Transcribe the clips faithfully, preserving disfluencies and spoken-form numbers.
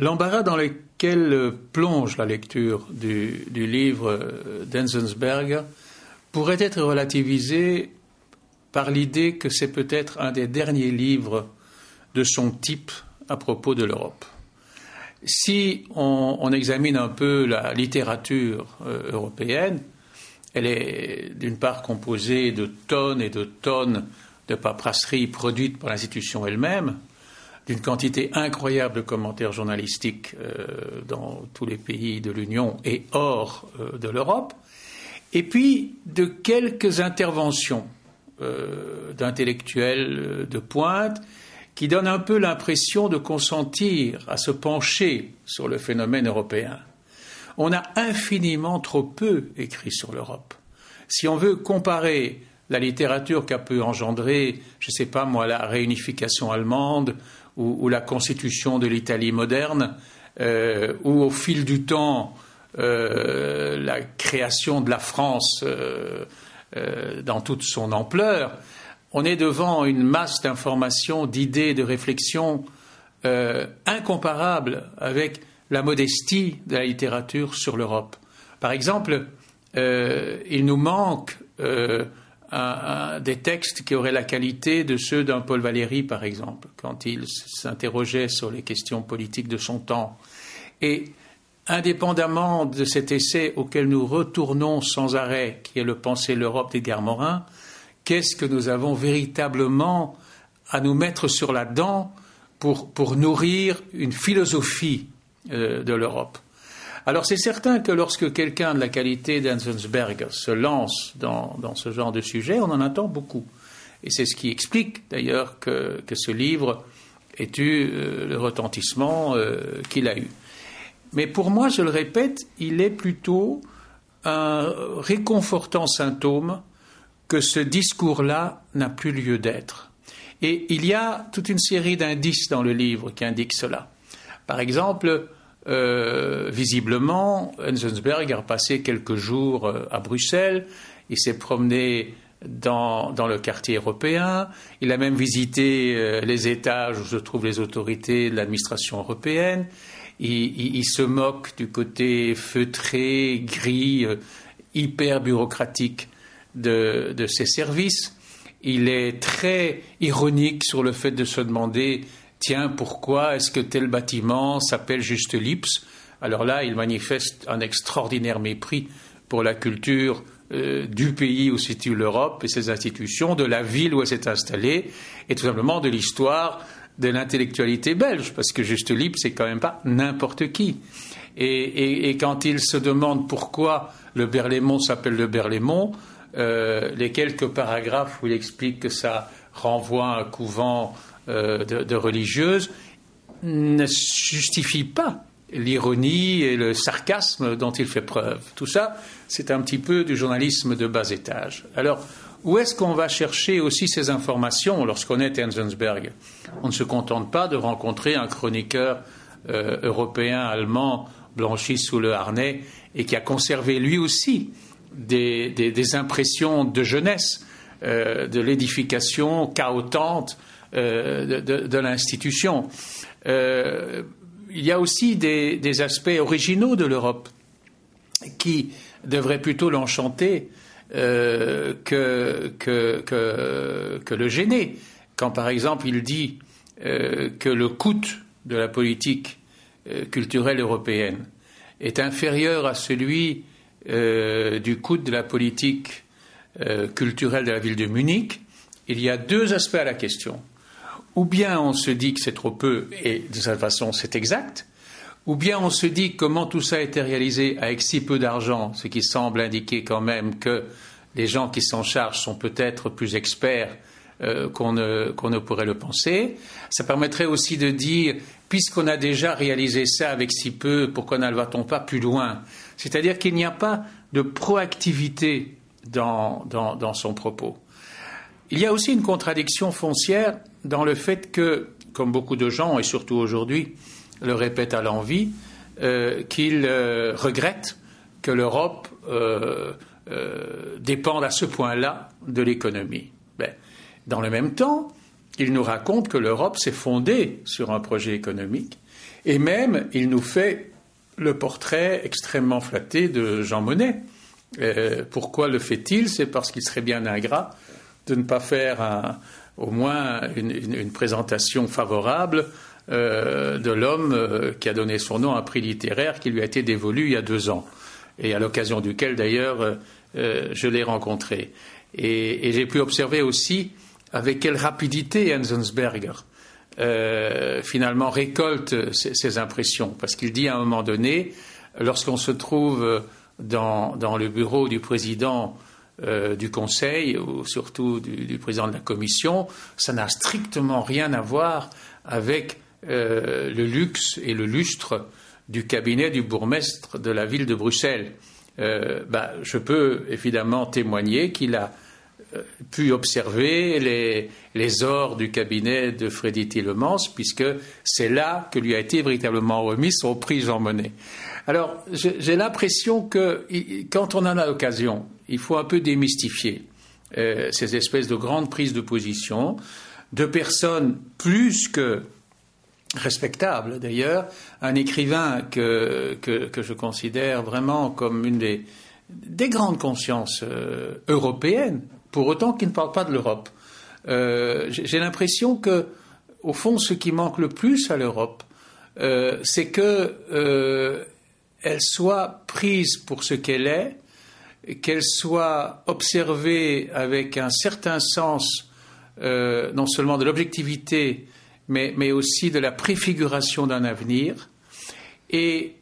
L'embarras dans lequel plonge la lecture du, du livre d'Enzensberger pourrait être relativisé par l'idée que c'est peut-être un des derniers livres de son type à propos de l'Europe. Si on, on examine un peu la littérature euh, européenne, elle est d'une part composée de tonnes et de tonnes de paperasserie produite par l'institution elle-même, d'une quantité incroyable de commentaires journalistiques euh, dans tous les pays de l'Union et hors euh, de l'Europe, et puis de quelques interventions euh, d'intellectuels de pointe qui donnent un peu l'impression de consentir à se pencher sur le phénomène européen. On a infiniment trop peu écrit sur l'Europe. Si on veut comparer la littérature qu'a pu engendrer, je ne sais pas moi, la réunification allemande ou, ou la constitution de l'Italie moderne, euh, ou au fil du temps, euh, la création de la France euh, euh, dans toute son ampleur, on est devant une masse d'informations, d'idées, de réflexions euh, incomparables avec la modestie de la littérature sur l'Europe. Par exemple, euh, il nous manque euh, un, un, des textes qui auraient la qualité de ceux d'un Paul Valéry, par exemple, quand il s'interrogeait sur les questions politiques de son temps. Et indépendamment de cet essai auquel nous retournons sans arrêt, qui est le Penser l'Europe d'Edgar Morin, qu'est-ce que nous avons véritablement à nous mettre sur la dent pour, pour nourrir une philosophie euh, de l'Europe. Alors c'est certain que lorsque quelqu'un de la qualité d'Enzensberger se lance dans, dans ce genre de sujet, on en attend beaucoup. Et c'est ce qui explique d'ailleurs que, que ce livre ait eu euh, le retentissement euh, qu'il a eu. Mais pour moi, je le répète, il est plutôt un réconfortant symptôme que ce discours-là n'a plus lieu d'être. Et il y a toute une série d'indices dans le livre qui indiquent cela. Par exemple, euh, visiblement, Enzensberger a passé quelques jours euh, à Bruxelles, il s'est promené dans, dans le quartier européen, il a même visité euh, les étages où se trouvent les autorités de l'administration européenne, il, il, il se moque du côté feutré, gris, euh, hyper bureaucratique de, de ces services. Il est très ironique sur le fait de se demander « Tiens, pourquoi est-ce que tel bâtiment s'appelle juste Lips ?» Alors là, il manifeste un extraordinaire mépris pour la culture euh, du pays où se situe l'Europe et ses institutions, de la ville où elle s'est installée, et tout simplement de l'histoire de l'intellectualité belge, parce que juste Lips, c'est quand même pas n'importe qui. Et, et, et quand il se demande pourquoi le Berlaymont s'appelle le Berlaymont, Euh, les quelques paragraphes où il explique que ça renvoie à un couvent euh, de, de religieuses ne justifient pas l'ironie et le sarcasme dont il fait preuve. Tout ça, c'est un petit peu du journalisme de bas étage. Alors, où est-ce qu'on va chercher aussi ces informations lorsqu'on est Enzensberger ? On ne se contente pas de rencontrer un chroniqueur euh, européen, allemand, blanchi sous le harnais et qui a conservé lui aussi Des, des, des impressions de jeunesse, euh, de l'édification chaotante euh, de, de, de l'institution. Euh, il y a aussi des, des aspects originaux de l'Europe qui devraient plutôt l'enchanter euh, que, que, que, que le gêner. Quand, par exemple, il dit euh, que le coût de la politique euh, culturelle européenne est inférieur à celui Euh, du coût de la politique euh, culturelle de la ville de Munich, il y a deux aspects à la question. Ou bien on se dit que c'est trop peu, et de cette façon c'est exact, ou bien on se dit comment tout ça a été réalisé avec si peu d'argent, ce qui semble indiquer quand même que les gens qui s'en chargent sont peut-être plus experts euh, qu'on ne, qu'on ne pourrait le penser. Ça permettrait aussi de dire, puisqu'on a déjà réalisé ça avec si peu, pourquoi ne va-t-on pas plus loin ? C'est-à-dire qu'il n'y a pas de proactivité dans, dans, dans son propos. Il y a aussi une contradiction foncière dans le fait que, comme beaucoup de gens, et surtout aujourd'hui, le répètent à l'envi, euh, qu'ils euh, regrettent que l'Europe euh, euh, dépende à ce point-là de l'économie. Ben, dans le même temps, ils nous racontent que l'Europe s'est fondée sur un projet économique Et même, il nous fait le portrait extrêmement flatté de Jean Monnet. Euh, pourquoi le fait-il? C'est parce qu'il serait bien ingrat de ne pas faire un, au moins une, une, une présentation favorable euh, de l'homme euh, qui a donné son nom à un prix littéraire qui lui a été dévolu il y a deux ans, et à l'occasion duquel, d'ailleurs, euh, euh, je l'ai rencontré. Et, et j'ai pu observer aussi avec quelle rapidité Enzensberger euh, finalement récolte ses, ses impressions, parce qu'il dit à un moment donné, lorsqu'on se trouve dans, dans le bureau du président euh, du Conseil, ou surtout du, du président de la Commission, ça n'a strictement rien à voir avec euh, le luxe et le lustre du cabinet du bourgmestre de la ville de Bruxelles. Euh, bah, je peux évidemment témoigner qu'il a pu observer les, les ors du cabinet de Freddy Thielemans, puisque c'est là que lui a été véritablement remis son prix Jean Monnet. Alors, j'ai l'impression que quand on en a l'occasion, il faut un peu démystifier euh, ces espèces de grandes prises de position de personnes plus que respectables, d'ailleurs. Un écrivain que, que, que je considère vraiment comme une des, des grandes consciences euh, européennes, pour autant qu'il ne parle pas de l'Europe. Euh, j'ai l'impression que, au fond, ce qui manque le plus à l'Europe, euh, c'est que euh, elle soit prise pour ce qu'elle est, qu'elle soit observée avec un certain sens, euh, non seulement de l'objectivité, mais, mais aussi de la préfiguration d'un avenir. Et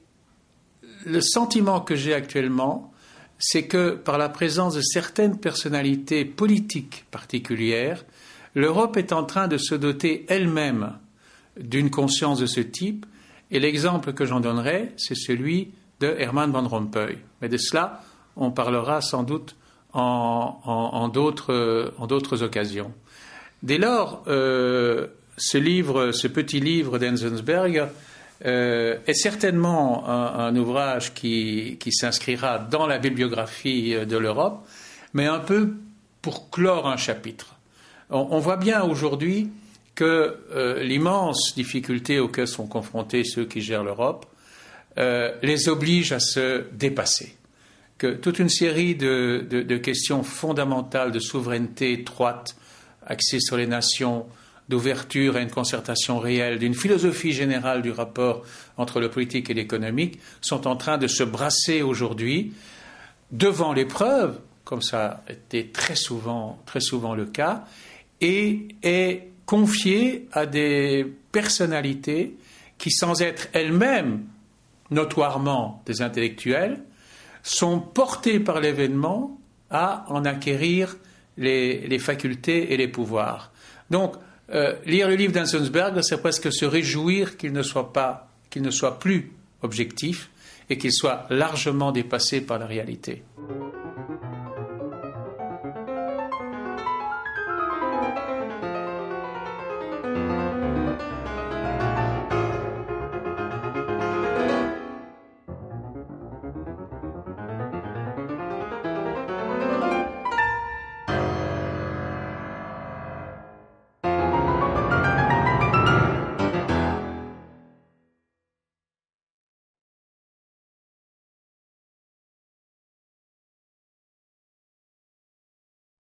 le sentiment que j'ai actuellement, c'est que par la présence de certaines personnalités politiques particulières, l'Europe est en train de se doter elle-même d'une conscience de ce type. Et l'exemple que j'en donnerai, c'est celui de Herman Van Rompuy. Mais de cela, on parlera sans doute en, en, en d'autres occasions. Dès lors, euh, ce livre, ce petit livre d'Enzensberger, Euh, est certainement un, un ouvrage qui, qui s'inscrira dans la bibliographie de l'Europe, mais un peu pour clore un chapitre. On, on voit bien aujourd'hui que euh, l'immense difficulté auxquelles sont confrontés ceux qui gèrent l'Europe euh, les oblige à se dépasser. Que toute une série de, de, de questions fondamentales de souveraineté étroite, axées sur les nations, d'ouverture à une concertation réelle, d'une philosophie générale du rapport entre le politique et l'économique, sont en train de se brasser aujourd'hui devant l'épreuve, comme ça a été très souvent, très souvent le cas, et est confiée à des personnalités qui, sans être elles-mêmes notoirement des intellectuels, sont portées par l'événement à en acquérir les, les facultés et les pouvoirs. Donc, Euh, lire le livre d'Enzensberger, c'est presque se réjouir qu'il ne soit pas, qu'il ne soit plus objectif et qu'il soit largement dépassé par la réalité.